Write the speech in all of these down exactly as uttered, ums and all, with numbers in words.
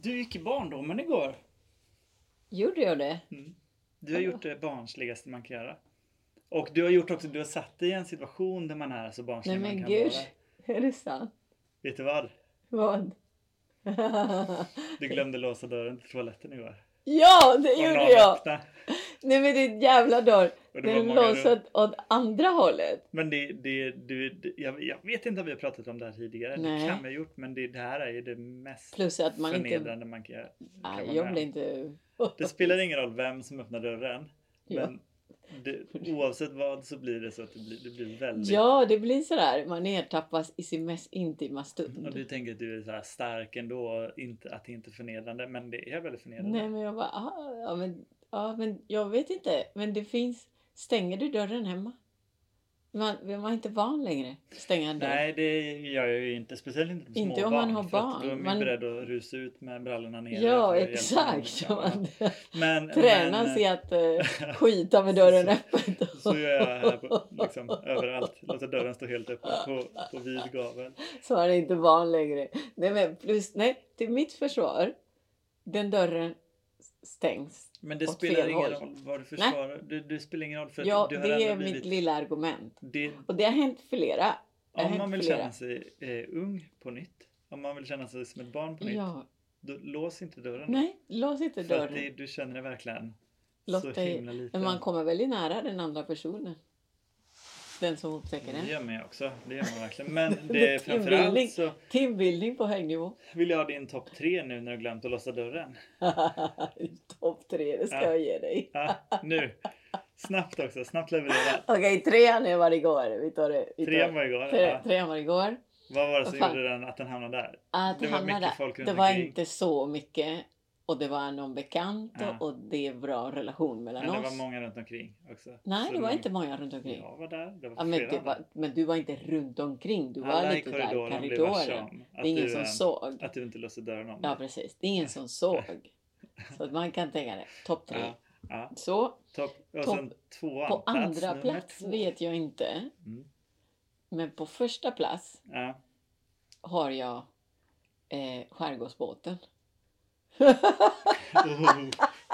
Du gick i barndomen igår. Gjorde jag det? Mm. Du har gjort det barnsligaste man kan göra. Och du har gjort också, du har satt dig i en situation där man är så barnslig man kan vara. Nej men gud, är det sant? Vet du vad? Vad? Du glömde låsa dörren till toaletten igår. Ja, det Och gjorde någon jag! öppnade. Nej men det är ett jävla dörr. Och det var Den många låser åt andra hållet. Men det, det, du, det jag, jag vet inte om vi har pratat om det här tidigare. Nej. Det kan vi ha gjort, men det, det här är ju det mest Plus att man inte... förnedrande man kan, kan Nej, vara jag med. blir inte... Det spelar ingen roll vem som öppnar dörren. Ja. Men det, oavsett vad så blir det så att det blir, det blir väldigt... Ja, det blir sådär. Man ertappas i sin mest intima stund. Och du tänker att du är så här stark ändå, och inte, att det inte är förnedrande, men det är väldigt förnedrande. Nej men jag bara, ah, ja, men, ja men jag vet inte. Men det finns, stänger du dörren hemma? Man, man är inte van längre stänga en dörr. Nej, det gör jag ju inte. Speciellt inte på Inte små om man barn, har för att barn. Då är man, Man- beredd att rusa ut med brallorna ner. Ja, för att hjälpa exakt. dem, Man liksom. Men, tränar men, sig att uh, skita med dörren öppen. Så gör jag här på, liksom, överallt. Låter dörren stå helt öppen på, på vid gavel. Så man är inte van längre. Nej men plus, nej, till mitt försvar. Den dörren stängs. Men det Åt spelar fel ingen håll. roll vad du försvarar. Det, det spelar ingen roll för att Ja, du har det är ändå mitt blivit... lilla argument. Det, Och det har hänt flera. Det har om hänt man vill flera. känna sig eh, ung på nytt. Om man vill känna sig som ett barn på nytt. Ja, Då lås inte dörren. nej, lås inte För att dörren. det, du känner det verkligen Låt så dig- himla lite. Men man kommer väldigt nära den andra personen. Den som upptäcker Det den. gör man också. Det gör man verkligen. Men Det det är är framförallt teambildning. så Teambildning på hög nivå. vill jag ha din topp tre nu när du glömt att låsa dörren. Topp tre, det ska Ja. jag ge dig. Ja, nu. Snabbt också. Snabbt levererat. Okej, trean är var igår. Vi tar det. Vi tar Trean var igår. Tre, Ja. trean var igår. Vad var det som Vad fan? gjorde den att den hamnade där? Att Det det var hamnade mycket där. folk runt Det var omkring. inte så mycket. Och det var någon bekant. Ja. Och det är bra relation mellan Men det oss. var många runt omkring också. Nej, Så det var många- inte många runt omkring. Jag var där. Det var Ja, men, flera det andra. var, men du var inte runt omkring. Du var Alla i lite där i korridoren blev varse korridoren. om Det är ingen du, som eh, såg. Att du inte låste dörren om Ja, dig. precis. Det är ingen som såg. Så att man kan tänka det. Topp tre. Ja, ja. Så, Topp. Och Topp. sen tvåan. på andra nummer plats två. vet jag inte. Mm. Men på första plats Ja. har jag eh, skärgårdsbåten. Oh.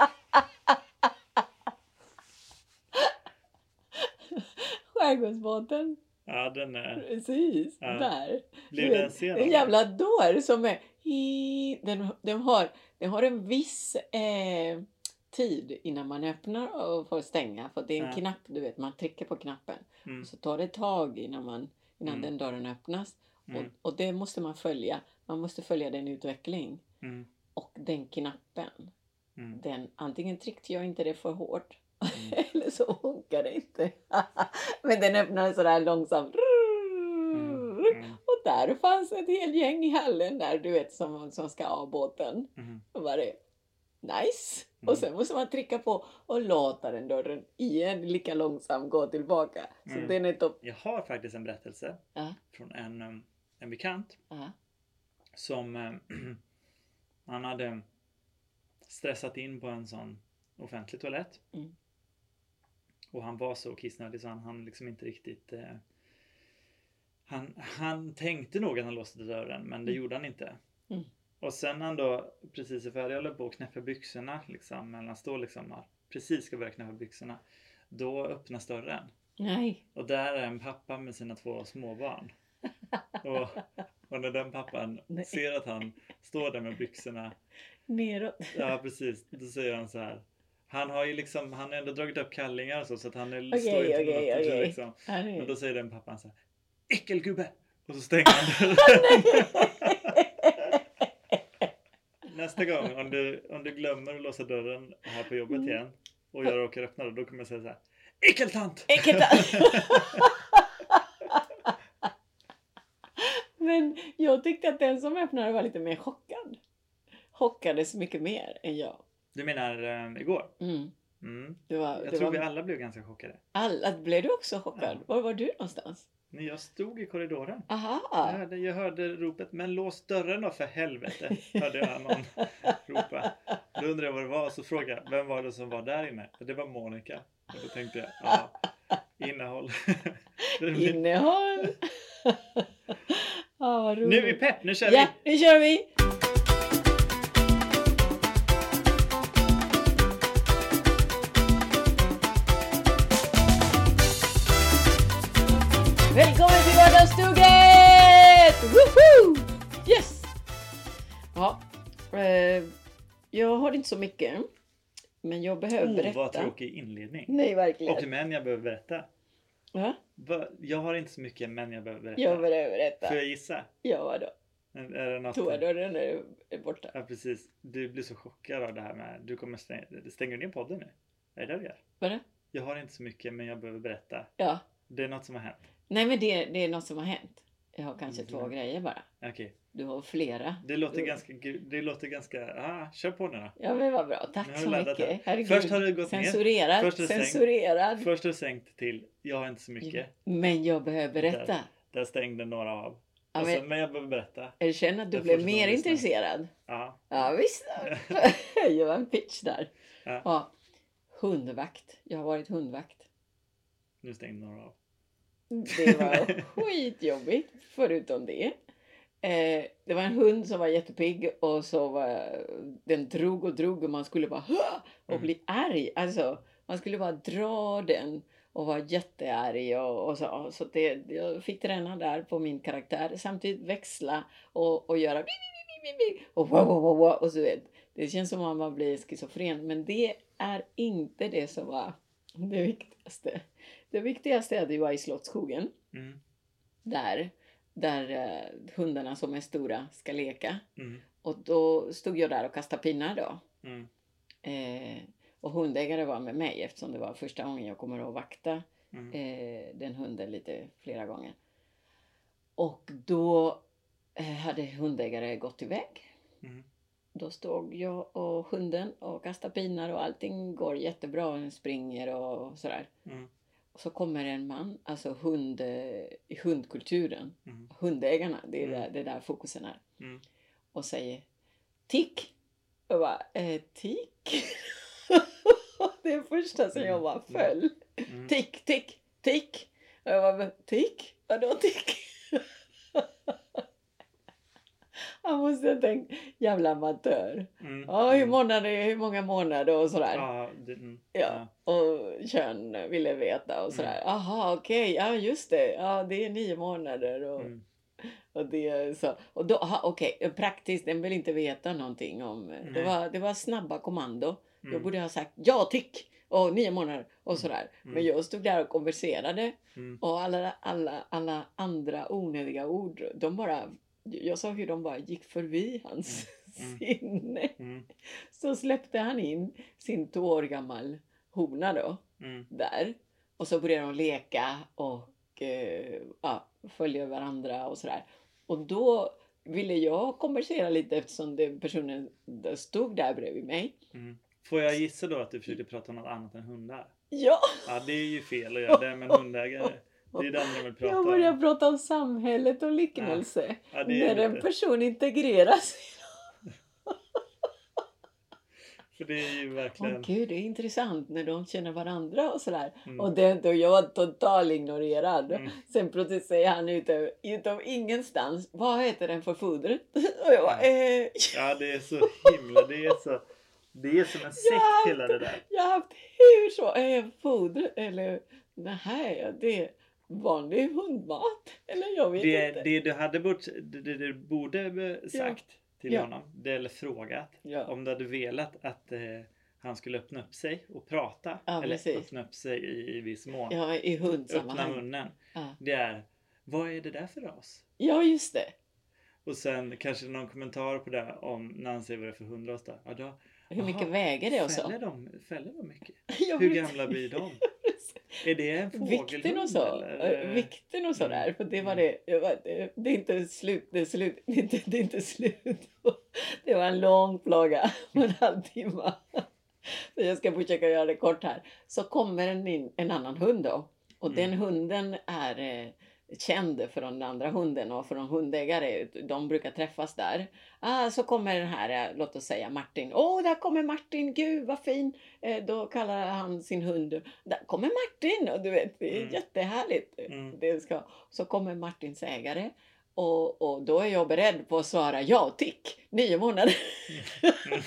Skärgårdsbåten. Ja, den är... Precis, Ja. där. Blev Du det en vet, scen av en det? jävla dörr som är... i- Den, den, har, den har en viss eh, tid innan man öppnar och får stänga. För det är en Ja. knapp, du vet, man trycker på knappen. Mm. Och så tar det ett tag innan, man, innan Mm. den dörren öppnas. Mm. Och, och det måste man följa. Man måste följa den utveckling. Mm. Och den knappen, Mm. den, antingen tryckte jag inte det för hårt. Mm. Eller så funkar det inte. Men den öppnade sådär långsamt. Mm. Mm. Och där fanns ett helt gäng i hallen där, du vet, som, som ska av båten. Mm. Och var det nice. Mm. Och sen måste man trycka på och låta den dörren igen lika långsamt gå tillbaka. Så Mm. den är topp. Jag har faktiskt en berättelse Ja, från en, um, en bekant ja, som um, han hade stressat in på en sån offentlig toalett. Mm. Och han var så kissnödig så han, han liksom inte riktigt... Eh, han, han tänkte nog att han låste dörren, men det Mm. gjorde han inte. Mm. Och sen han då precis är färdig, håller på att knäppa byxorna, liksom, eller han står liksom och precis ska börja knäppa byxorna. Då öppnas dörren. nej. Och där är en pappa med sina två småbarn. Och, och när den pappan Nej. ser att han står där med byxorna, Neråt. ja precis, då säger han så här. Han har ju liksom, han har ändå dragit upp kallingar och så, så att han är, Okej, står inte okej, något, okej. liksom. Här är Men det. då säger den pappan så här: äckelgubbe! Och så stänger han dörren. Nästa gång, om du, om du glömmer att låsa dörren här på jobbet igen och jag råkar öppna det, då kommer jag säga så här: äckeltant! Äckelt. Men jag tyckte att den som öppnade var lite mer chockad. Chockades mycket mer än jag. Du menar eh, igår? Mm. Mm. Det var, Jag det tror var, vi alla blev ganska chockade. alla, blev du också chockad? Ja. Var var du någonstans? När jag stod i korridoren. Jag Aha. hörde, jag hörde ropet, men lås dörren då för helvete. Hörde jag någon ropa. Då undrade jag vad det var, så frågade jag, vem var det som var där inne? Det var Monica. Och då tänkte jag, ja, innehåll. Innehåll. Ah, vad roligt. Nu är vi pepp, nu kör Ja, vi! nu kör vi! Hundastugget! Woohoo! Yes! Ja, eh, jag har inte så mycket. Men jag behöver Oh, berätta. vad tråkig inledning. Nej, verkligen. Och men jag behöver berätta. Ja, Va? Jag har inte så mycket men jag behöver berätta. jag behöver berätta. Får jag gissa? Ja, vadå? Är är det något? Toadörren är är borta. Ja, precis. Du blir så chockad av det här med. Du kommer stänga, stänger ner podden nu. Är det det du gör? Vadå? Jag har inte så mycket men jag behöver berätta. Ja. Det är något som har hänt. Nej, men det, det är något som har hänt. Jag har kanske Mm. två grejer bara. Okej. Du har flera. Det låter Du- ganska... Det låter ganska... Ah, kör på nu då. Ja, men vad bra. Nu Tack har så du laddat mycket. här. Herregud. Först har du gått ner. Censurerad. Först har du sänkt. Censurerad. Först har du sänkt till jag har inte så mycket. Men jag behöver berätta. Där stängde några av. Ja, Och men- så, men jag behöver berätta. Jag känner att du Jag blev fortsätter mer att lyssna. intresserad. Ja. Ja, visst. Jag var en pitch där. Ja. Ja. Hundvakt. Jag har varit hundvakt. Nu stängde några av. Det var skitjobbigt förutom det. Eh, det var en hund som var jättepigg och så var den drog och drog och man skulle bara "Hå!" och Mm. bli arg. Alltså man skulle bara dra den och vara jättearg och, och så. Så det, jag fick träna där på min karaktär. Samtidigt växla och, och göra bi, bi, bi, bi, bi, och wow, wow, wow, wow, och så vet. Det känns som att man blir schizofren, men det är inte det som var det viktigaste. Det viktigaste är att jag var i Slottsskogen. Mm. Där, där eh, hundarna som är stora ska leka. Mm. Och då stod jag där och kastade pinnar då. Mm. Eh, och hundägare var med mig eftersom det var första gången jag kommer att vakta Mm. eh, den hunden lite flera gånger. Och då eh, hade hundägare gått iväg. Mm. Då stod jag och hunden och kastade pinnar och allting går jättebra. Den springer och sådär. Mm. Och så kommer en man, alltså hund, i hundkulturen, Mm. hundägarna, det är Mm. där, det är där fokusen är. Mm. Och säger tick. Och bara, eh, tick? Det är första som jag bara föll. Mm. Tick, tick, tick. Och jag bara, tick? Vadå tick? Han måste ha tänkt, jävla amatör. Mm. Ja, hur, Mm. månader, hur många månader och sådär. Ja, det, mm. Ja, och kön ville veta och sådär. Aha, okej, ja just det. Ja, det är nio månader och, Mm. och det är så. Och då, aha, okej, praktiskt, den vill inte veta någonting om. Det Nej. var, det var snabba kommando. Jag Mm. borde ha sagt ja, tick! Och nio månader och sådär. Mm. Men jag stod där och konverserade. Mm. Och alla, alla, alla andra onödiga ord, de bara, jag såg hur de bara gick förbi hans Mm. sinne. Mm. Så släppte han in sin två år gammal hona då, Mm. där. Och så började de leka och eh, ja, följa varandra och sådär. Och då ville jag konversera lite eftersom den personen stod där bredvid mig. Mm. Får jag gissa då att du försökte prata om något annat än hundar? Ja, Ja, det är ju fel att göra det med en hundägare. Det är den jag vill prata jag började om. prata om samhället och liknelse. Ja, det är när en lite- person integreras. För det är ju Åh verkligen... gud, det är intressant när de känner varandra och sådär. Mm. Och det, då jag var totalt ignorerad. Mm. Sen plötsligt säger han utav, utav ingenstans, vad heter den för fodret? Och jag bara, eh, Ja, det är så himla... Det är så... Det är som en sekt Ja. hela det där. jag har haft hur så, eh, foder, eller nej, det är vanlig hundmat. Eller jag vet Det, inte. det du hade bort, det, det du borde sagt till Ja. honom, det, eller frågat, Ja. om du hade velat att eh, han skulle öppna upp sig och prata. Ja, eller precis. öppna upp sig i, i viss mån. Ja, i öppna hundsammanhang. munnen. Ja. Det är, vad är det där för ras? ja, just det. Och sen kanske någon kommentar på det om när han säger vad det är för hundras då. Ja, då Hur mycket Aha, väger det och så? fäller de, fäller de mycket? Jag Hur vet- gamla blir de? Är det en fågelhund? Vikten och så. eller? Eh, Vikten och så Mm. där. För det var Mm. det. Det, var, det, det är inte slut. Det är slut. Det är inte, det är inte slut. Det var en lång plåga. En halvtimme. Så jag ska försöka göra det kort här. Så kommer en, in, en annan hund då. Och Mm. den hunden är eh, känd från den andra hunden och från hundägare. De brukar träffas där. Ah, så kommer den här, eh, låt oss säga Martin. Åh, där kommer Martin. Gud vad fin. Eh, då kallar han sin hund. Där kommer Martin. Och du vet, det är Mm. jättehärligt. Mm. Det ska, så kommer Martins ägare. Och, och då är jag beredd på att svara ja, tick. Nio månader. Mm.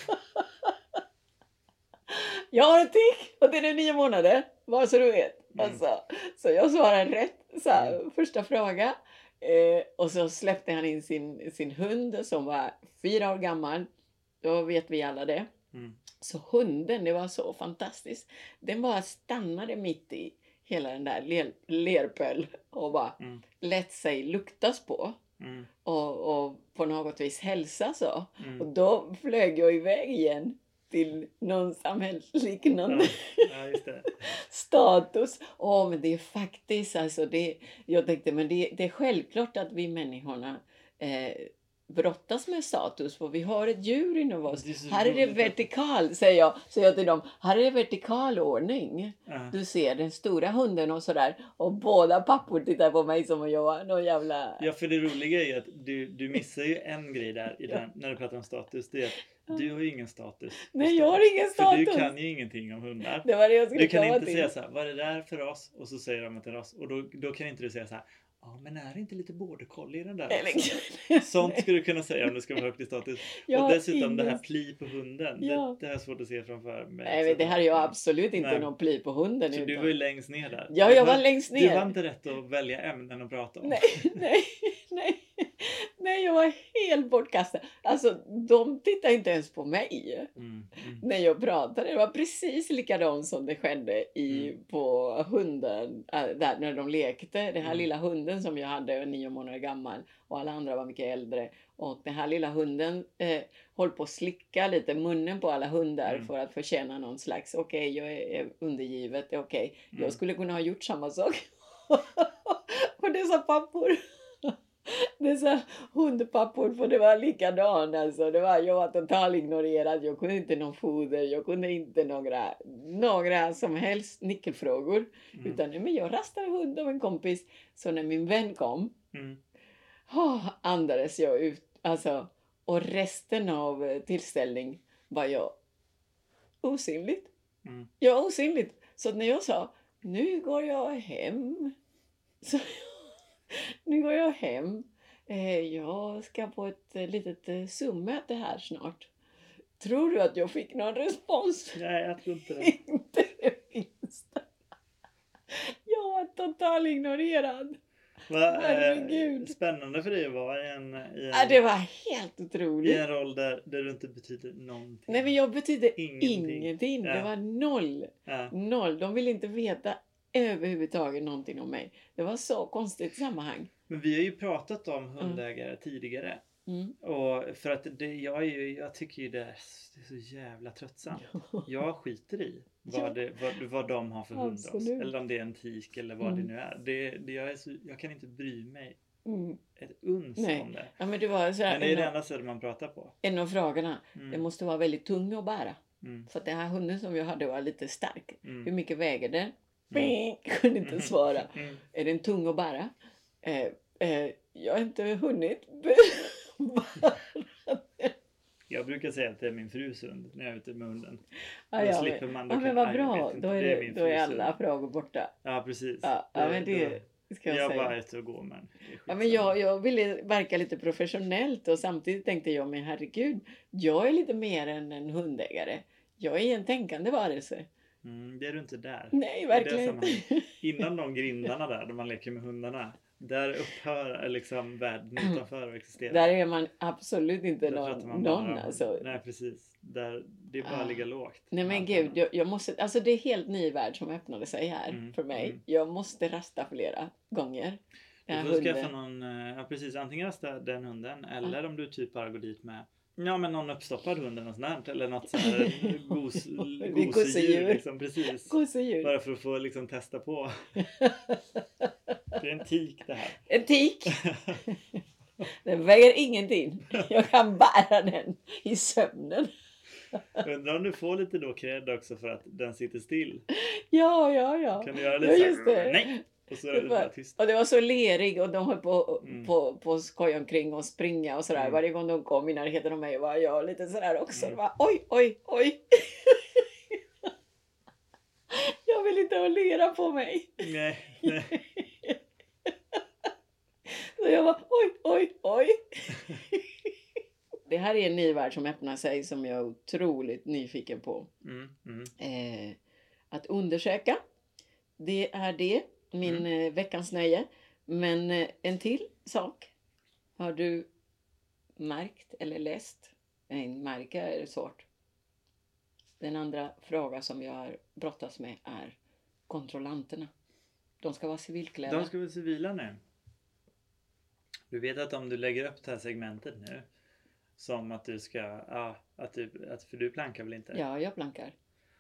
Jag har en tick och den är nio månader. Bara så du vet. Mm. Alltså, så jag svarar rätt. Så här, Mm. Första fråga. Eh, och så släppte han in sin, sin hund som var fyra år gammal. Då vet vi alla det. Mm. Så hunden, det var så fantastiskt. Den bara stannade mitt i hela den där ler, lerpöl och bara Mm. lät sig luktas på. Mm. Och, och på något vis hälsa så. Mm. Och då flög jag iväg igen till någon samhällsliknande Ja, ja, just det. status. Åh, men det är faktiskt, alltså det, jag tänkte, men det, det är självklart att vi människorna eh, brottas med status, för vi har ett djur inom oss. Det är så Här är det roligt. vertikal, säger jag, säger jag till dem. Här är det vertikal ordning. Ja. Du ser den stora hunden och sådär. Och båda pappor tittar på mig som om jag var någon jävla... Ja, för det roliga är ju att du, du missar ju en grej där i den, när du pratar om status. Det är att du har ju ingen status. Nej, jag har ingen status. För du kan ju ingenting om hundar. Det var det jag skulle Du kan komma inte till. säga så här, vad är det där för ras? Och så säger de att det är ras. Och då, då kan inte du säga så här, ja men är det inte lite border collie i den där Eller- också? Sånt skulle du kunna säga om du ska vara högt i status. Jag och har dessutom det här ingen- pli på hunden. Ja. Det, det har jag svårt att se framför mig. Nej, men det här är jag absolut inte Nej. någon pli på hunden. Så du utan- var ju längst ner där. Ja, Du jag var längst ner. Du var inte rätt att välja ämnen att prata om. Nej, nej, nej. Nej, jag var helt bortkastad. Alltså, de tittade inte ens på mig Mm, mm. när jag pratade. Det var precis likadant som det skedde i, Mm. på hunden, äh, där när de lekte. Den här Mm. lilla hunden som jag hade, nio månader gammal, och alla andra var mycket äldre. Och den här lilla hunden eh, höll på att slicka lite munnen på alla hundar Mm. för att förtjäna någon slags, okej, jag är, är undergivet, det är okej. Mm. Jag skulle kunna ha gjort samma sak. Och dessa pappor, dessa hundpappor, för det var likadant alltså. Det var, jag var totalt ignorerad, jag kunde inte någon foder, jag kunde inte några, några som helst nyckelfrågor. Mm. Utan men jag rastade hund av en kompis. Så när min vän kom, Mm. oh, andades jag ut. Alltså, och resten av eh, tillställning var jag osynligt. Mm. Jag var osynligt. Så när jag sa, nu går jag hem. Så, nu går jag hem. Eh, jag ska på ett eh, litet eh, Zoom-möte här snart. Tror du att jag fick någon respons? Nej, jag tror inte det. Inte det minsta. Jag var totalt ignorerad. Va, Herregud. eh, spännande för dig att vara i en, i en, Ja, det var helt i otroligt. en roll där, där du inte betyder någonting. Nej, men jag betydde Ingenting. ingenting. Det Ja. var noll. Ja. Noll. De ville inte veta överhuvudtaget någonting om mig. Det var så konstigt sammanhang. Men vi har ju pratat om hundägare tidigare. Mm. Och för att det, jag, är ju, jag tycker ju det är, det är så jävla tröttsamt. Jag skiter i vad, Ja. det, vad, vad de har för hundras. Absolut. Eller om det är en tik eller vad Mm. det nu är. Det, det, jag, är så, jag kan inte bry mig Mm. ett uns Nej. om det. Ja, men det var så här, Men det är det en, av, enda sättet man pratar på. en av frågorna. Mm. Det måste vara väldigt tung att bära. Mm. För att den här hunden som jag hade var lite stark. Mm. Hur mycket väger den? Mm. Kunde inte svara. Mm. Är den tung att bära? Eh, eh, jag har inte hunnit bära. Jag brukar säga att det är min frus hund när jag är ute med hunden. Ja, Då ja, slipper men, man. Då ja, kan- men vad nej, jag bra. vet inte. Då är, Det är det, min då är frus alla hund. frågor borta. Ja, precis. Ja, ja men det då- ska jag jag säga. bara är ute och går, men det är Ja, men skitsamma. jag, jag ville verka lite professionellt och samtidigt tänkte jag, men herregud, jag är lite mer än en hundägare. Jag är en tänkande varelse. Mm, det är du inte där. Nej, I verkligen det inte. sammanhanget. Innan de grindarna där, där man leker med hundarna. Där upphör liksom världen utanför att existera. Där är man absolut inte Där någon, pratar man någon bara om- alltså. Nej, precis. Där, det är bara Ah. att ligga lågt. Nej men Allt gud, annat. jag, jag måste, alltså det är helt ny värld som öppnade sig här Mm, för mig. mm. Jag måste rasta flera gånger. Den Du här får skaffa hunden. någon, eh, ja precis, antingen rasta den hunden eller om du typ bara går dit med ja men någon uppstoppad hund eller något sånt där, eller något sånt här gos, Det är gosedjur gosedjur. liksom, precis. Gosedjur. Bara för att få liksom testa på. Det är en tik det här. En tik. Den väger ingenting. Jag kan bära den i sömnen. Undrar om du får lite då cred också för att den sitter still. Ja, ja, ja. Kan du göra det Ja, så här? just det. Nej! Och så är Det det var- bara tyst. Och det var så lerig och de höll på, Mm. på, på skoj omkring och springa och sådär. Mm. Varje gång de kom i närheten av mig var jag lite sådär också. Mm. Det var, oj, oj, oj. Jag vill inte ha lera på mig. Nej, nej. Så jag var, oj, oj, oj. Det här är en ny värld som öppnar sig som jag är otroligt nyfiken på. Mm, mm. Eh, att undersöka. Det är det, min eh, veckans nöje. Men eh, en till sak. Har du märkt eller läst? Nej, märka är svårt. Den andra frågan som jag har brottats med är kontrollanterna. De ska vara civilklädda. De ska vara civila nu. Du vet att om du lägger upp det här segmentet nu. Som att du ska, ja, att du, att, för du plankar väl inte? Ja, jag plankar.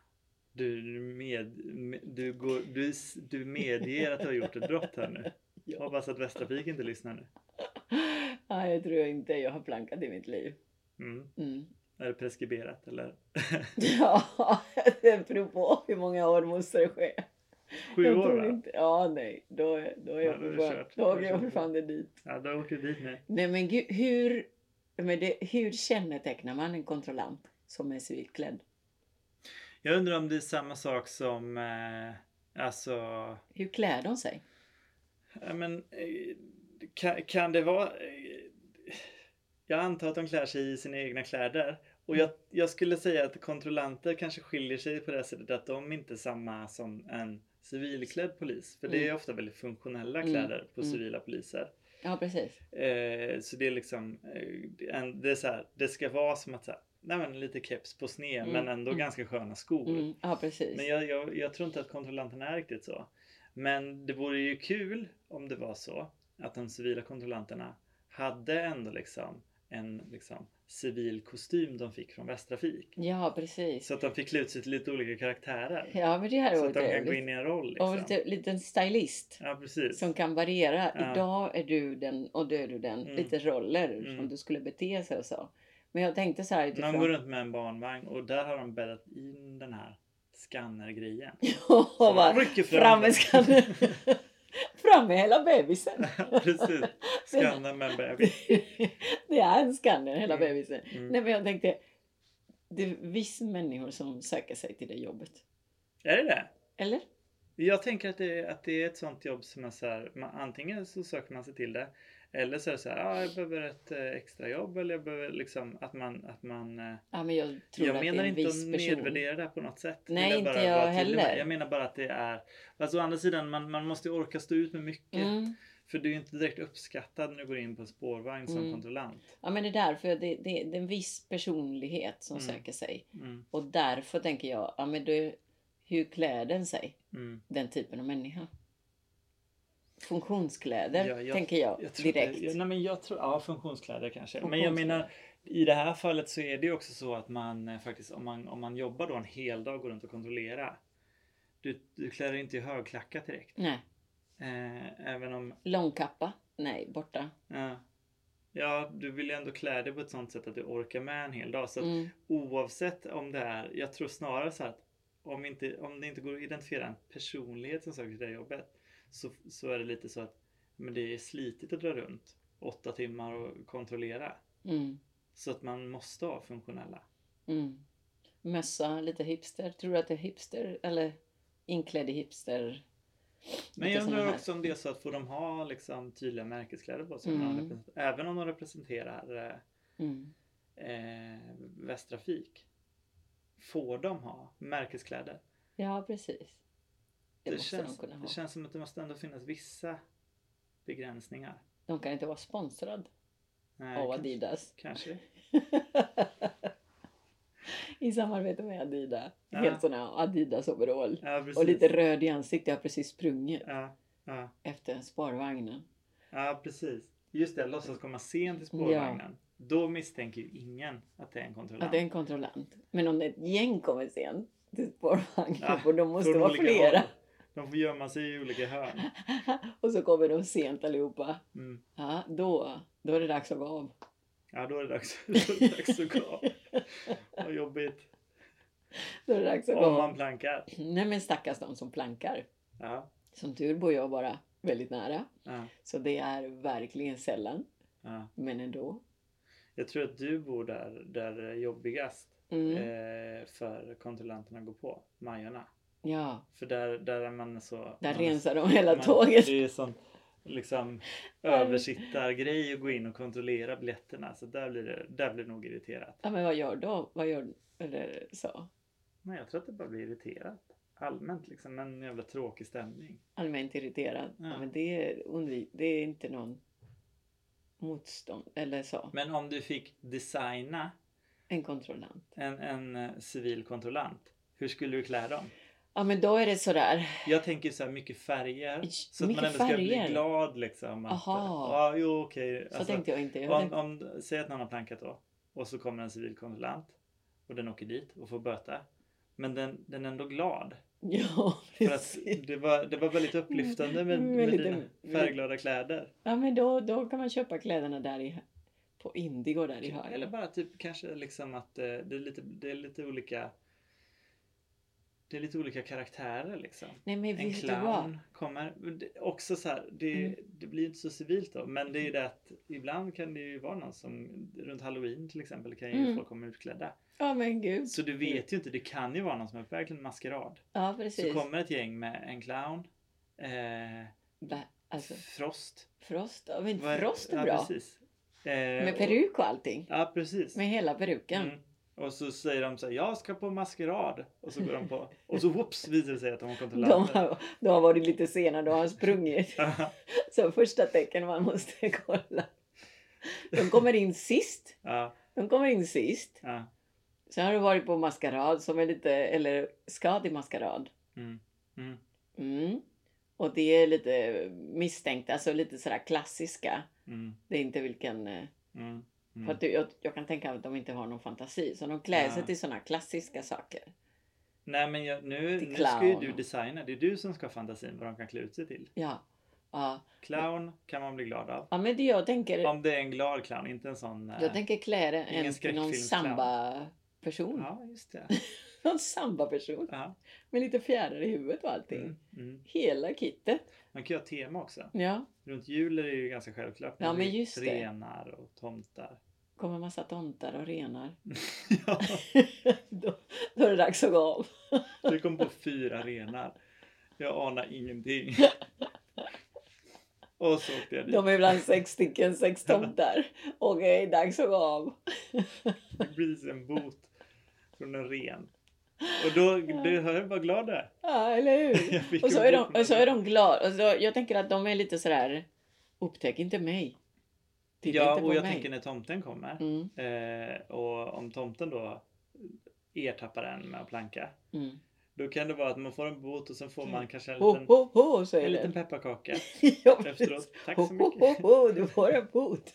Du, med, med, du, går, du, du medger att du har gjort ett brott här nu. Ja. Hoppas att Västtrafik inte lyssnar nu. Nej, jag tror inte jag har plankat i mitt liv. Mm. Mm. Är det preskriberat eller? Ja, det beror på hur många år måste det ske. Sju Jag år tror va? inte, ja, nej. Då, är- då är Ja, jag då är det för fan, kört. då Då är åker det jag kört. för fan det dit. Ja, då åker du dit nu. Nej, men gud, hur, men det, hur kännetecknar man en kontrollant som är civilklädd? Jag undrar om det är samma sak som, eh, alltså, Hur klär de sig? ja, men eh, kan, kan det vara, eh, jag antar att de klär sig i sina egna kläder. Och jag, jag skulle säga att kontrollanter kanske skiljer sig på det sättet att de inte är samma som en civilklädd polis. För det är Mm. ofta väldigt funktionella Mm. kläder på Mm. civila poliser. Ja, precis. Eh, så det är liksom, eh, en, det är så här, det ska vara som att så här, nej men lite keps på sned Mm. men ändå Mm. ganska sköna skor. Mm. Ja, precis. Men jag, jag, jag tror inte att kontrollanterna är riktigt så. Men det vore ju kul om det var så att de civila kontrollanterna hade ändå liksom en liksom civil kostym de fick från Västtrafik. Ja, precis. Så att de fick klä ut sig till lite olika karaktärer. Ja, men det här Så var att de kan gå trevligt. in i en roll Och liksom. lite, liten stylist. Ja, precis. Som kan variera. Ja. Idag är du den och då är du den. Mm. Lite roller Mm. som du skulle bete sig och så. Men jag tänkte så här De går utifrån. runt med en barnvagn och där har de bäddat in den här skannergrejen. Och Så bara de rycker fram fram med den. skanner. Fram med hela bebisen. Precis. Skannar med en bebis. Det är en skanner, hela Mm. bebisen. Mm. Nej, men jag tänkte. Det är vissa människor som söker sig till det jobbet. Är det det? Eller? Jag tänker att det, att det är ett sånt jobb som är så här, man, antingen så söker man sig till det eller så är det så här, ja, jag behöver ett eh, extra jobb eller jag behöver liksom att man, att man eh, Ja, men jag tror jag att det är menar en inte att viss person. nedvärdera det på något sätt. Nej, Vill inte bara jag vara tydlig med. heller. Jag menar bara att det är, alltså å andra sidan, man, man måste ju orka stå ut med mycket. Mm. För du är ju inte direkt uppskattad när du går in på en spårvagn som Mm. kontrollant. Ja, men det är därför det, det, det är en viss personlighet som Mm. söker sig. Mm, Och därför tänker jag, ja men det, hur klär den sig? mm. Den typen av människa. Funktionskläder, Ja, jag- tänker jag, Jag tror direkt. Det, ja, nej, men jag tror, ja, funktionskläder kanske. Men jag Funktionskläder. menar, i det här fallet så är det ju också så att man eh, faktiskt, om man, om man jobbar då en hel dag och går runt och kontrollerar. Du, du klär inte i högklackat direkt. Nej, Eh, även om, långkappa, nej, borta. ja, ja, du vill ju ändå klä dig på ett sånt sätt att du orkar med en hel dag. Så att Mm. oavsett om det är, jag tror snarare så här att om, inte, om det inte går att identifiera en personlighet som söker till det här jobbet så, så är det lite så att men det är slitigt att dra runt åtta timmar och kontrollera. Mm. Så att man måste ha funktionella. Mm. Mössa, lite hipster. Tror du att det är hipster? Eller inklädd i hipster? Men Lite jag såna undrar här. också om det är så att får de ha liksom tydliga märkeskläder på sig. Mm. när de represent- Även om de representerar Mm. eh, Västtrafik. Får de ha märkeskläder? Ja, precis. Det, Det, måste känns, de kunna ha. det känns som att det måste ändå finnas vissa begränsningar. De kan inte vara sponsrad Nej, av kanske- Adidas. Kanske. I samarbete med Adidas. Ja. Helt sådana Adidas overall. Ja, precis. Och lite röd i ansiktet. Jag har precis sprungit Ja, ja, efter spårvagnen. ja, precis. Just det, låtsas komma sent till spårvagnen. Då misstänker ju ingen att det är en kontrollant. Ja, det är en kontrollant. Men om det är ett gäng kommer sent till spårvagnen. Ja, och de måste från vara olika flera. håll. De får gömma sig i olika hörn. Och så kommer de sent allihopa. Mm. Ja, då, då är det dags att gå av. Ja, då är det dags, då är det dags att gå. Vad jobbigt. Då är det dags att gå Om man av. plankar. Nej, men stackars de som plankar. Ja, Som tur bor jag bara väldigt nära. ja, Så det är verkligen sällan. ja. Men ändå. Jag tror att du bor där, där det är jobbigast Mm. eh, för kontrollanterna går på. Majorna. Ja, För där, där är man så... där man, rensar de hela man, tåget. Det är sån liksom översittargrej att gå in och kontrollera biljetterna. Så där blir det, där blir det nog irriterat. Ja, men vad gör då? Vad gör eller så? Men jag tror att det bara blir irriterat. Allmänt liksom. En jävla tråkig stämning. Allmänt irriterad. Ja. Ja. men det är, undvik, det är inte någon motstånd eller så. Men om du fick designa En kontrollant. en, en eh, civil kontrollant, hur skulle du klä dem? Ja, men då är det sådär. Jag tänker så här mycket färger. Så att Mycket man ändå ska bli färger? glad liksom. Att, Aha. Ja, jo okej. Så Alltså, tänkte jag inte. Jag om, tänkte... om, säg att någon har plankat då. Och så kommer en civil kontrollant. Och den åker dit och får böta. Men den, den är ändå glad. Ja, För att precis. det var, det var väldigt upplyftande med, med Väldigt- dina färgglada kläder. Ja, men då, då kan man köpa kläderna där i, på Indigo där i Eller hörnet. bara typ kanske liksom att eh, det är lite, det är lite olika. Det är lite olika karaktärer liksom. Nej, men En visst du clown vad? kommer. Det, också så här, det, Mm. det blir inte så civilt då. Men det är ju det att ibland kan det ju vara någon som runt Halloween till exempel kan ju Mm. folk komma utklädda. Ja, men gud. Så du vet ju inte, det kan ju vara någon som är verkligen maskerad. Ja, Så precis. kommer ett gäng med en clown. Eh, Bla, alltså, Frost. Frost. Ja, men Vad är- Frost är ja, bra. Precis. Eh, Med och- peruk och allting. Ja, precis. Med hela peruken. Mm. Och så säger de så här, jag ska på maskerad. Och så går de på. Och så whoops visar det sig att de har De kontrollanter. har, de har varit lite sena, de har sprungit. Så första tecken man måste kolla. De kommer in sist. ja, De kommer in sist. ja. Sen har du varit på maskerad som är lite, eller ska till maskerad. Mm. Mm. Mm. Och det är lite misstänkt, alltså lite sådär klassiska. Mm. Det är inte vilken... eh, Mm. Mm. För att du, jag, jag kan tänka att de inte har någon fantasi. Så de klär sig Ja. till sådana klassiska saker. Nej men jag, nu, Till nu ska ju clown. du designa. Det är du som ska ha fantasin vad de kan klä ut sig till. Ja. Ja, Clown kan man bli glad av. ja men det jag tänker... Om det är en glad clown, inte en sån... eh, Jag tänker klä det ingen en till någon skräckfilmsclown. samba-person. Ja, just det. Någon samba-person. Ja. Med lite fjädrar i huvudet och allting. Mm. Mm. Hela kittet. Man kan ju ha tema också. Ja. Runt jul är det ju ganska självklart. Ja, med men just det. Renar och tomtar. Kommer massa tomtar och renar. ja, då, då är det dags att gå av. du kom på fyra renar. Jag anar ingenting. Och så åkte jag dit. De är ibland sex stycken, sex tomtar. Okej, dags att gå av. Det blir en bot från en ren. Och då, du hör vad glad du är. Ja, eller hur? Jag fick Och så en är bot de, från och så en är de glada. Och så, jag tänker att de är lite sådär, upptäck inte mig. Titta Ja, inte på och jag mig. tänker när tomten kommer. Mm, Eh, och om tomten då ertappar en med att planka. mm. Då kan det vara att man får en bot och sen får man kanske en Ho, liten, ho, ho, säger en det. liten pepparkaka Ja, precis. efteråt. Tack Ho, så ho, mycket. ho, ho, du får en bot.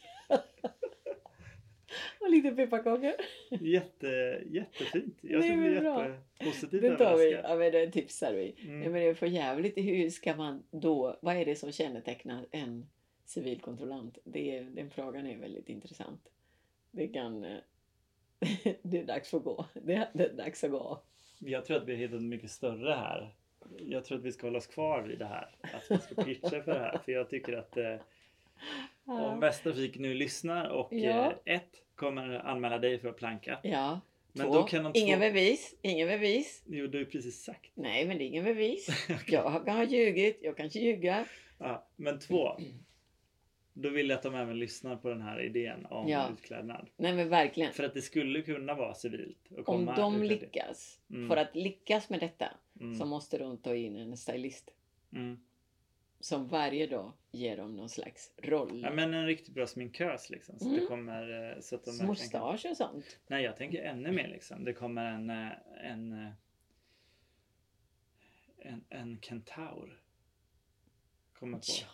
Och lite pepparkakor. Jätte, jättefint. Jag Nej, skulle bli men bra. jättepositivt Den tar vi. överraskad. Ja, men det tipsar vi. Mm. Ja, men det är för jävligt. Hur ska man då, vad är det som kännetecknar en civilkontrollant? Det är, den frågan är väldigt intressant. Det kan, eh, det är dags att gå. Det är, det är dags att gå. Jag tror att vi har hittat mycket större här. Jag tror att vi ska hålla oss kvar vid det här. Att vi ska pitcha för det här. För jag tycker att eh, om Västervik nu lyssnar och Ja. eh, ett kommer anmäla dig för att planka. Ja. Men Två. då kan de två... Ingen bevis. Ingen bevis. Jo, du har ju precis sagt. Nej, men det är ingen bevis. Jag kan ha ljugit. Jag kan ljuga. Ja, men två. Då vill jag att de även lyssnar på den här idén om Ja. utklädnad. Nej, men verkligen. För att det skulle kunna vara civilt. Och Om komma de utklädd. lyckas. Mm. För att lyckas med detta. Mm. Så måste de ta in en stylist. Mm. Som varje dag ger dem någon slags roll. Ja, men en riktigt bra sminkös liksom. Så Mm. det kommer... eh, Så att de verkligen kan... Mustasch och sånt. Nej, jag tänker ännu mer liksom. Det kommer en... eh, En... eh, En, en kentaur. Kommer på. Ja.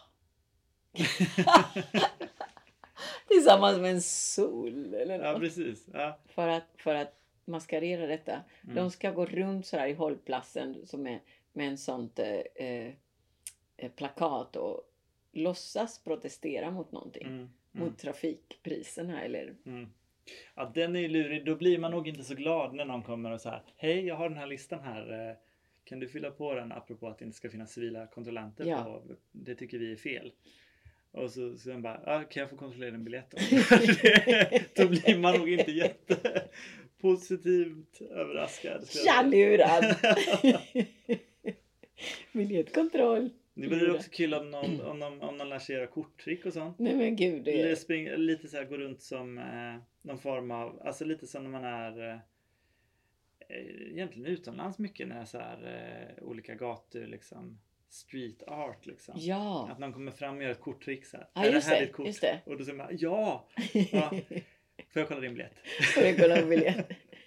Tillsammans med en sol eller Ja, något. precis. Ja. För att, för att maskarera detta. Mm. De ska gå runt så här i hållplatsen som är, med en sånt eh, eh, plakat och låtsas protestera mot någonting. Mm. Mm. Mot trafikpriserna eller... Mm. Ja, den är ju lurig. Då blir man nog inte så glad när någon kommer och så här. Hej, jag har den här listan här. Eh, Kan du fylla på den apropå att det inte ska finnas civila kontrollanter Ja. på? Det tycker vi är fel. Och så sen bara, ah, kan jag få kontrollera en biljett då? Då blir man nog inte jättepositivt överraskad. skulle jag Tja, säga. lurad! Biljettkontroll. Det blir också kul om någon, om någon, om någon lär sig göra korttrick och sånt. Nej men gud. Det Eller är... spring, lite så här gå runt som eh, någon form av, alltså lite som när man är eh, egentligen utomlands mycket när det är så här eh, olika gator liksom street art liksom. Ja. Att någon kommer fram och gör ett korttrick så här. Ja, Är just det här det, ditt kort? just det. Och då säger man ja! ja. Får jag kolla din biljett? Får jag kolla biljett?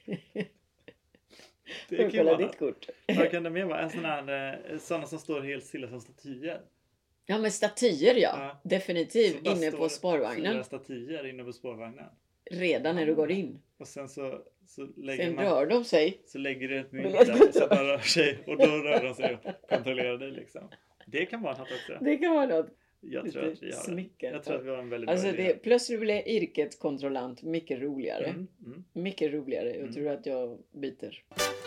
Det Får är jag kolla kul. ditt kort? Vad kan det mer vara? En sån här, eh, sådana som står helt stilla som statyer. Ja, men statyer ja. Ja. Definitivt Så bara inne står på det spårvagnen. Fyra statyer inne på spårvagnen. Redan när du går in. Och sen så, så lägger Sen man... rör de sig. Så lägger du ett mynt Biljett där så bara rör sig. Och då rör de sig och kontrollerar dig liksom. Det kan vara något också. Det kan vara något. Jag tror att vi har det. Smycken. Jag tror att vi har en väldigt Alltså bra idé. det, plötsligt blir yrket kontrollant mycket roligare. Mm, mm. Mycket roligare. Jag Mm. tror att jag byter.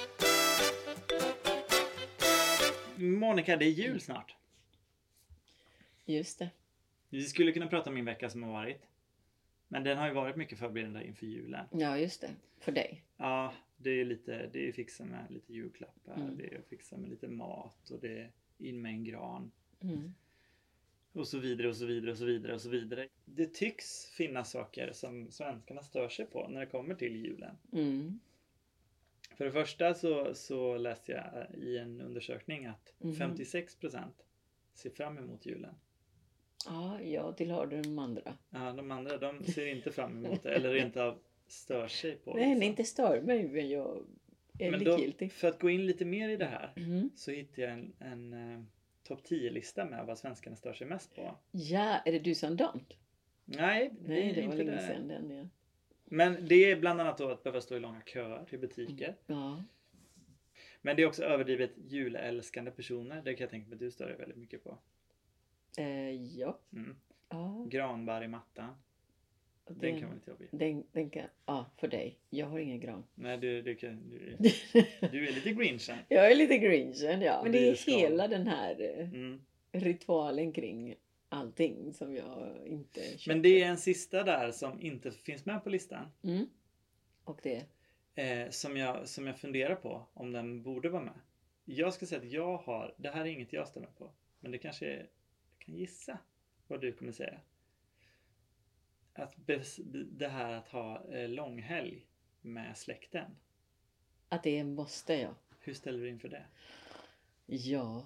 Monica, det är jul snart. Just det. Vi skulle kunna prata om min vecka som har varit. Men den har ju varit mycket förberedande inför julen. Ja, just det. För dig. Ja, det är lite, det är fixa med lite julklappar. Mm. Det är att fixa med lite mat. Och det är in med en gran. Mm. Och så vidare och så vidare och så vidare och så vidare. Det tycks finnas saker som svenskarna stör sig på när det kommer till julen. Mm. För det första så, så läste jag i en undersökning att Mhm. femtiosex procent ser fram emot julen. Ja, jag tillhör de andra. Ja, de andra de ser inte fram emot det. Eller rent av stör sig på det. Nej, liksom. det inte stör mig, men jag är Men då, likgiltig. för att gå in lite mer i det här Mm. så hittade jag en, en uh, topp tio-lista med vad svenskarna stör sig mest på. Ja, är det du som dant? Nej, det Nej, är det var inte länge det. sedan den. Ja. Men det är bland annat då att behöva stå i långa köer till butiker. Ja. Men det är också överdrivet julälskande personer. Det kan jag tänka mig att du stör dig väldigt mycket på. Eh, ja. Mm. Ja. Granbarr i mattan. Den, Den, kan vara lite jobbig. den, den kan, ja, för dig. Jag har ingen gran. Nej, du, du, kan, du, du är lite grinchen. Jag är lite grinchen, ja. Men det är Du ska- hela den här eh, Mm. ritualen kring allting som jag inte köper. Men det är en sista där som inte finns med på listan. Mm. Och det? Eh, som, jag, som jag funderar på om den borde vara med. Jag ska säga att jag har, det här är inget jag stämmer på. Men det kanske är, jag kan gissa vad du kommer säga. Att bes, det här att ha eh, långhelg med släkten. Att det måste jag. Hur ställer du inför det? Ja,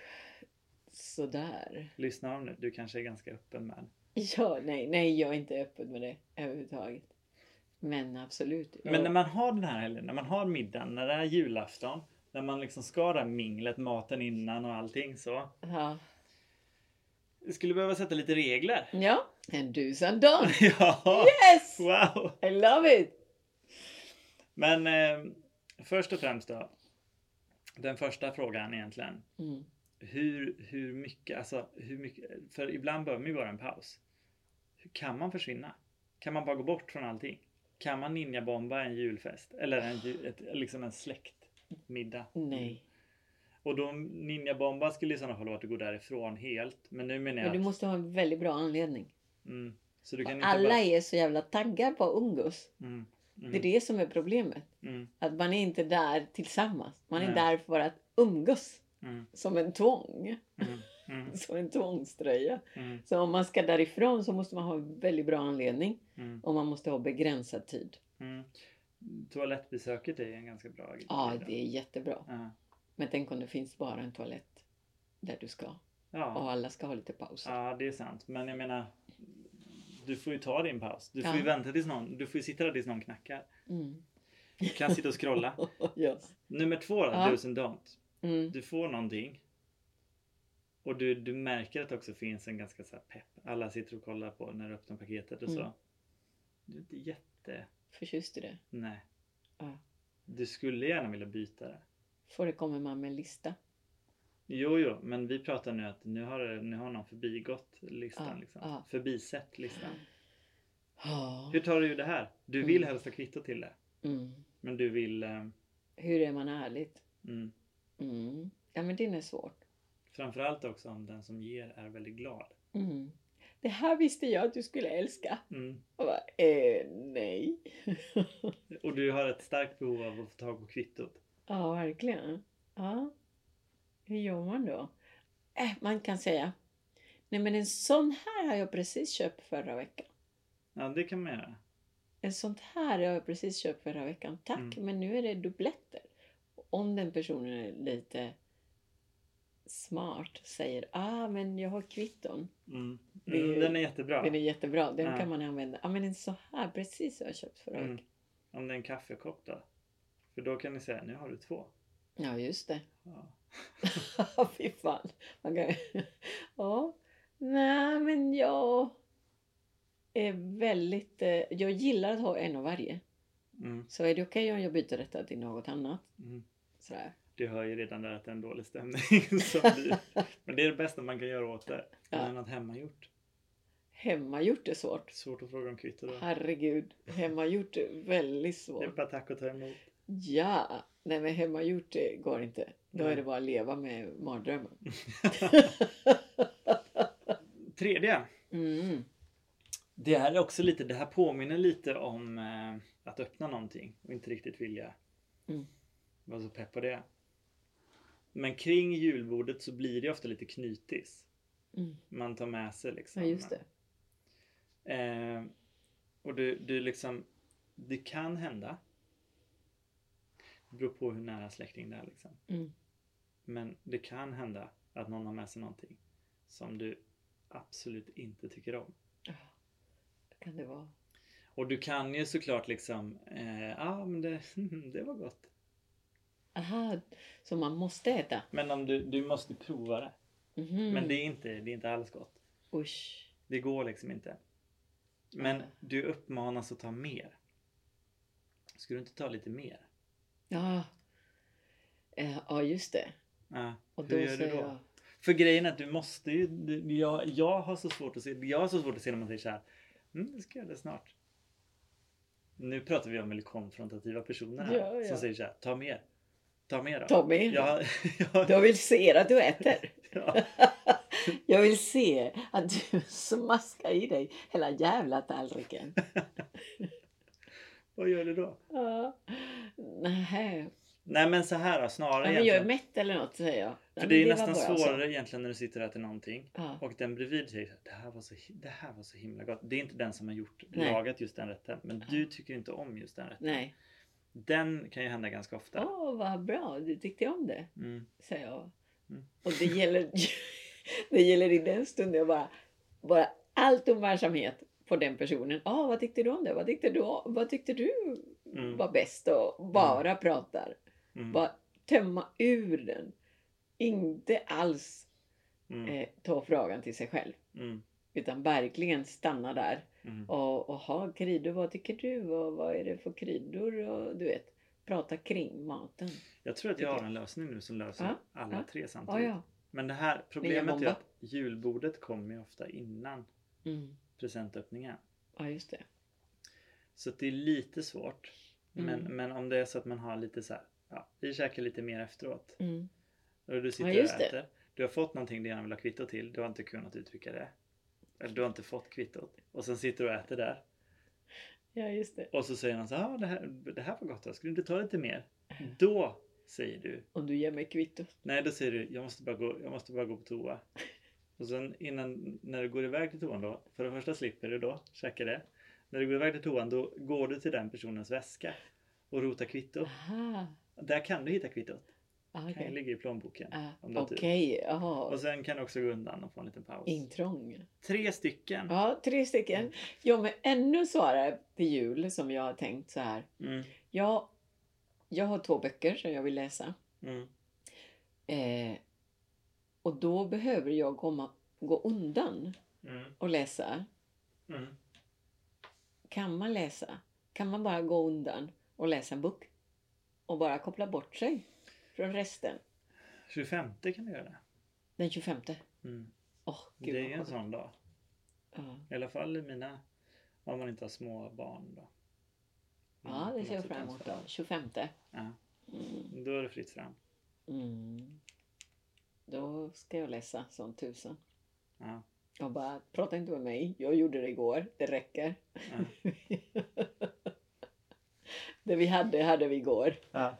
sådär. Lyssna om nu, du kanske är ganska öppen med. Ja, nej, nej, jag är inte öppen med det överhuvudtaget. Men absolut. Men när man har den här helgen, när man har middagen, när det är julafton, när man liksom ska det här minglet, maten innan och allting så. Ja. Vi skulle behöva sätta lite regler. Ja, and do's and don'ts. Ja, Yes! wow! I love it! Men eh, först och främst då. Den första frågan egentligen. Mm. Hur, hur mycket, alltså hur mycket, för ibland behöver man ju bara en paus. Hur kan man försvinna? Kan man bara gå bort från allting? Kan man ninjabomba en julfest? Eller en, ju- ett, liksom en släktmiddag? Nej. Och då ninjabomba skulle i sådana fall vara att du går därifrån helt. Men nu menar jag Men du att, måste ha en väldigt bra anledning. mm, så du kan inte Alla bara, är så jävla taggade på att umgås. mm, mm, Det är det som är problemet. mm, Att man är inte där tillsammans. Man är Nej. där för att umgås. mm, Som en tvång. mm, mm, Som en tvångströja. mm, Så om man ska därifrån så måste man ha en väldigt bra anledning. mm, Och man måste ha begränsad tid. mm. Toalettbesöket är en ganska bra grej. Ja, det är jättebra. Ja. Men tänk om det finns bara en toalett. Där du ska. Ja. Och alla ska ha lite pauser. Ja, det är sant. Men jag menar, du får ju ta din paus. Du får Ja. ju vänta tills någon, du får ju sitta där tills någon knackar. Mm. Du kan sitta och scrolla. Yes. Nummer två då, Ja. do's and don't. Mm. Du får någonting. Och du, du märker att det också finns en ganska så här pepp. Alla sitter och kollar på när du öppnar paketet och så. Mm. Du är inte jätte... Förtjust i det. Nej. Ja. Du skulle gärna vilja byta det. Förekommer man med en lista. Jo, jo. Men vi pratar nu att nu har, det- nu har någon förbigått listan. Ja, Liksom. ja. Förbisett listan. Ja. Hur tar du ur det här? Du vill Mm. helst ha kvitto till det. Mm. Men du vill... eh, Hur är man ärligt? Mm. Mm. Ja, men det är svårt. Framförallt också om den som ger är väldigt glad. Mm. Det här visste jag att du skulle älska. Mm. Och bara, eh, nej. Och du har ett starkt behov av att få tag på kvittot. Ja, verkligen. Ja. Hur gör man då? Äh, man kan säga. Nej, men en sån här har jag precis köpt förra veckan. Ja, det kan man göra. En sånt här har jag precis köpt förra veckan. Tack, Mm. men nu är det dubbletter. Om den personen är lite smart säger ah men jag har kvitton. Mm. Det- Mm, den är jättebra. Den är jättebra. Den Ja. kan man använda. Ja men en så här precis har jag köpt förra Mm. veckan. Om det är en kaffekopp då. För då kan ni säga, nu har du två. Ja just det. Ja. Fy fan. Man kan... ja. Nej men jag är väldigt... eh, Jag gillar att ha en av varje. Mm. Så är det okej om jag byter detta till något annat? Mm. Sådär. Du hör ju redan där att det är en dålig stämning. som blir. Men det är det bästa man kan göra åt det. Ja. Eller något hemmagjort. Hemmagjort är svårt. Svårt att fråga om kvitto då. Herregud. Hemmagjort är väldigt Det är svårt. bara tack och ta emot. Ja. Nej men hemmagjort det går inte. Då Nej. är det bara att leva med mardrömmen. Tredje. Mm. Det här är också lite, det här påminner lite om eh, att öppna någonting och inte riktigt vilja Mm. vara så pepp på det. Men kring julbordet så blir det ofta lite knytis. Mm. Man tar med sig liksom. Ja just det. Eh, och du, du liksom, det kan hända. Det beror på hur nära släkting det är liksom. Mm. Men det kan hända att någon har med sig någonting som du absolut inte tycker om. Ja. Det kan det vara. Och du kan ju såklart liksom, ja eh, ah, men det, det var gott. Aha. Så man måste äta. Men om du, du måste prova det. Mhm. Men det är inte, det är inte alls gott. Usch. Det går liksom inte. Men Ah. du uppmanas att ta mer. Skulle du inte ta lite mer? Ja. Eh, Ja just det. Ja. Och Hur då gör du säger då? jag. För grejen är att du måste ju, du- jag, jag har så svårt att se, jag har så svårt att se när man säger så här, mm, det ska jag göra det snart. Nu pratar vi om väldigt konfrontativa personer här Ja, ja. som säger så här, ta mer. Ta mer då. Ta med. Jag, jag, Jag vill se att du äter. ja. Jag vill se att du smaskar i dig hela jävla tallriken. Vad gör du då? Ja. Nej. Nej men så här då, snarare Ja, men jag är egentligen. mätt eller något säger jag. Ja, För men det är var nästan bra, svårare så. egentligen när du sitter och äter någonting. Ja. Och den bredvid säger så här, det här var så, hi- det här var så himla gott. Det är inte den som har gjort, Nej. lagat just den rätten. Men du tycker inte om just den rätten. Nej. Den kan ju hända ganska ofta. Åh vad bra, du tyckte om det. Mm. Säger jag. Mm. Och det gäller, det gäller i den stunden jag bara, bara allt uppmärksamhet på den personen. Ah, vad tyckte du om det? Vad tyckte du, vad tyckte du Mm. var bäst? Och bara pratar. Mm. Bara tömma ur den. Inte alls Mm. eh, ta frågan till sig själv. Mm. Utan verkligen stanna där. Mm. Och, och ha kryddor. Vad tycker du? Och vad är det för kryddor? Och du vet. Prata kring maten. Jag tror att jag Tycker har en lösning nu som löser Ja, alla ja. tre Ja, samtidigt. ja. Men det här problemet är bomba. att julbordet kommer ju ofta innan Mm. presentöppningen. Ja, just det. Så att det är lite svårt. Men, Mm. men om det är så att man har lite så här, ja, vi käkar lite mer efteråt. Mm. Och du sitter Ja, just och det. äter. Du har fått någonting du gärna vill ha kvitto till. Du har inte kunnat uttrycka det. Eller du har inte fått kvittot. Och sen sitter du och äter där. Ja, just det. Och så säger han så här, ah, det här, det här var gott då. Skulle du inte ta lite mer? Då säger du, Om du ger mig kvitto. nej då säger du, jag måste bara gå, jag måste bara gå på toa. Och sen innan, när du går iväg till toan då, för det första slipper du då, käka det. När du går iväg till toan då går du till den personens väska och rotar kvitto. Aha. Där kan du hitta kvittot. Ah, Det kan ju okej. ligga i plånboken. Ah, om du har tur. Okej. Jaha. Och sen kan du också gå undan och få en liten paus. Intrång. Tre stycken. Ja, tre stycken. Ja, men ännu svårare till jul som jag har tänkt så här. Mm, Jag, jag har två böcker som jag vill läsa. mm, Eh, och då behöver jag komma, gå undan mm, och läsa. mm. Kan man läsa? Kan man bara gå undan och läsa en bok? Och bara koppla bort sig från resten? tjugofemte kan du göra det. Den tjugofemte. Mm. Åh, Det gud är vad ju en skönt. sån dag. Ja. I alla fall i mina, om man inte har små barn då. Ja, det Mm, ser jag något fram sånt emot där. då. tjugofemte. Ja, Mm. då är det fritt fram. Mm. Då ska jag läsa som tusen. Ja, Och bara, prata inte med mig. Jag gjorde det igår. Det räcker. ja. Det vi hade, hade vi igår. Ja.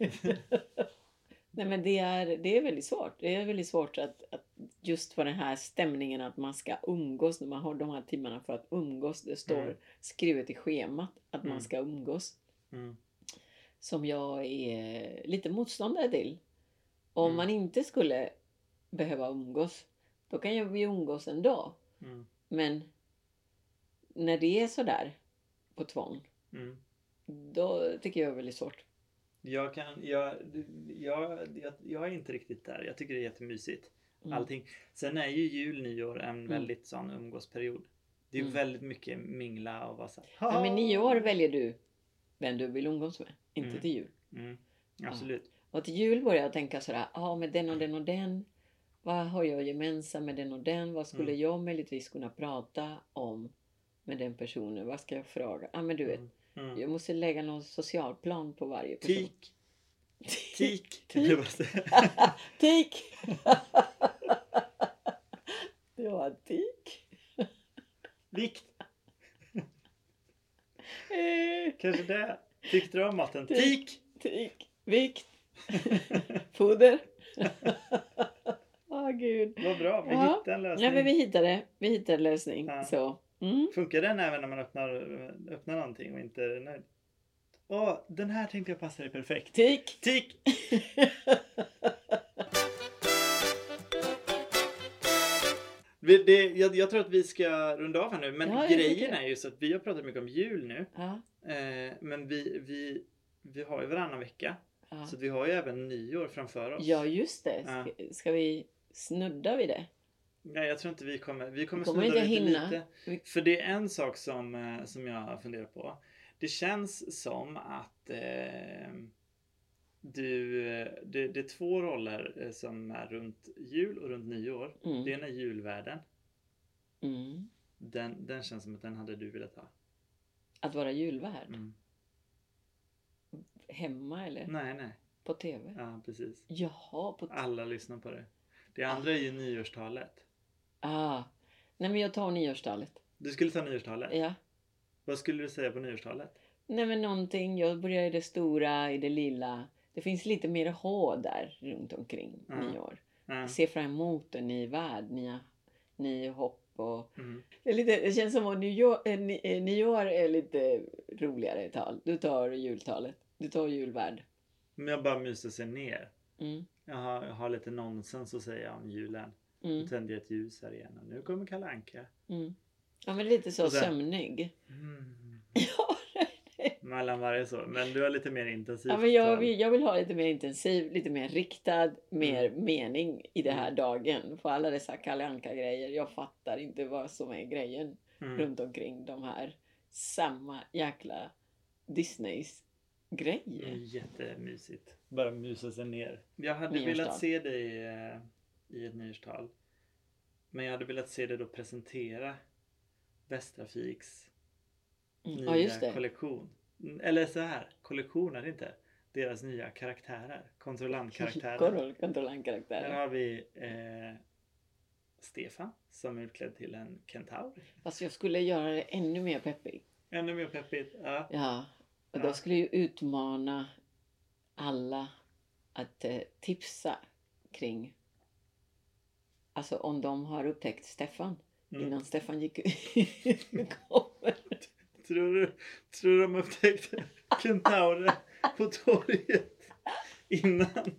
Nej men det är, det är väldigt svårt. Det är väldigt svårt att, att just för den här stämningen att man ska umgås. När man har de här timmarna för att umgås. Det står Mm. skrivet i schemat att man Mm. ska umgås. Mm. Som jag är lite motståndare till. Om Mm. man inte skulle behöva umgås. Då kan ju vi umgås ändå. Mm. Men när det är så där på tvång, Mm. då tycker jag är väldigt svårt. Jag kan, jag, jag, jag, jag är inte riktigt där. Jag tycker det är jättemysigt. Mm. Allting. Sen är ju jul, nyår en Mm. väldigt sån umgåsperiod. Det är Mm. väldigt mycket mingla och vara så här. Ja, men nio år väljer du vem du vill umgås med. Inte Mm. till jul. Mm. Absolut. Och till jul börjar jag tänka sådär. Ja, ah, med den och den och den. Vad har jag gemensamt med den och den? Vad skulle Mm. jag möjligtvis kunna prata om med den personen? Vad ska jag fråga? Ja, ah, men du vet. Mm. Mm. Jag måste lägga någon social plan på varje person. Tik. Tik. Tik. Det var så- Tik! Det var tik. Vikt. Eh, Kanske det. Tyckte du om maten? Tik. Tik. Tik. Vikt. Foder. Åh gud. Vad bra. Vi Ja. hittade en lösning. Ja, men vi hittade, vi hittade en lösning. Ja. Så. Mm. Funkar den även när man öppnar, öppnar någonting och inte är nöjd? Åh, den här tänkte jag passar dig perfekt. Tik. Tik! Vi- det, jag, jag tror att vi ska runda av här nu. Men Ja, jag tycker grejen det. är ju så att vi har pratat mycket om jul nu. Ja. Eh, men vi, vi, vi har ju varannan vecka. Ja. Så att vi har ju även nyår framför oss. Ja, just det. Ja. Ska, ska vi snudda vid det? Nej, jag tror inte vi kommer. Vi kommer, Vi kommer snudda inte lite hinna. lite. Vi- För det är en sak som, eh, som jag funderar på. Det känns som att eh, du, det, det är två roller eh, som är runt jul och runt nyår. Mm. Det ena är julvärden. Mm. Den, den känns som att den hade du velat ha. Att vara julvärd. Mm. Hemma eller Nej, nej. på tv? Ja, precis. Jaha, på tv. Alla lyssnar på det. Det andra är ju nyårstalet. Ah. Nej, men jag tar nyårstalet. Du skulle ta nyårstalet. Ja. Vad skulle du säga på nyårstalet? Nej, men någonting. Jag börjar i det stora, i det lilla. Det finns lite mer H där runt omkring Ja. nyår. Ja. Jag ser fram emot en ny värld, nya, ny hopp och... Mm. Det, är lite, det känns som att nyår, eh, ny- eh, nyår är lite roligare tal. Du tar jultalet. Du tar julvärd. Men jag bara myser sig ner. Mm. Jag har, jag har lite nonsens att säga om julen. Mm. Nu tänder jag ett ljus här igen. Och nu kommer Kalle Anka. Mm. Ja, men lite så Och sen- sömnig. Mm. Ja, Mellan varje så. Men du har lite mer intensivt. ja, men jag, tal. vill, jag vill ha lite mer intensiv, lite mer riktad, mer mening i det här Mm. dagen. För alla dessa Kalle Anka-grejer. Jag fattar inte vad som är grejen Mm. runt omkring de här samma jäkla Disneys Det är grejer. jättemysigt. Bara mysa sig ner. Jag hade Nyårstal. velat se dig eh, i ett nyårstal. Men jag hade velat se dig då presentera Västtrafiks Mm. nya Ja, just det. kollektion. Mm, Eller så här, kollektion är det inte. Deras nya karaktärer. Kontrollantkaraktärer. Kontroll- Där Kontrollankaraktärer. har vi eh, Stefan som är utklädd till en kentaur. Fast jag skulle göra det ännu mer peppig. Ännu mer peppigt. Ja. Ja, och Ja. då skulle jag utmana alla att eh, tipsa kring, alltså om de har upptäckt Stefan Mm. innan Stefan gick kommer. Tror du, tror du de upptäckte kentaurer på torget innan?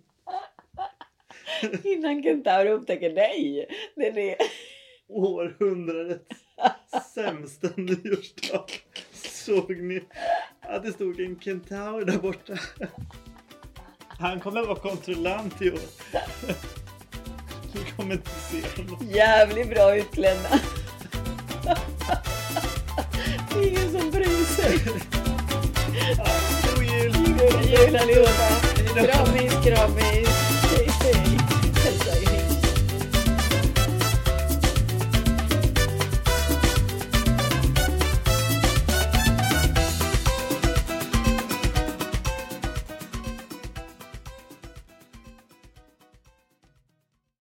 Innan Kentaur upptäcker dig. Det är det. Århundradets sämsta nyårsdag. Såg ni att det stod en kentaur där borta? Han kommer vara kontrollant i år. Du kommer inte se honom. Jävligt bra utklädda. Det är ingen som bryr sig. Ja, god jul! God jul allihopa. Kramis, kramis.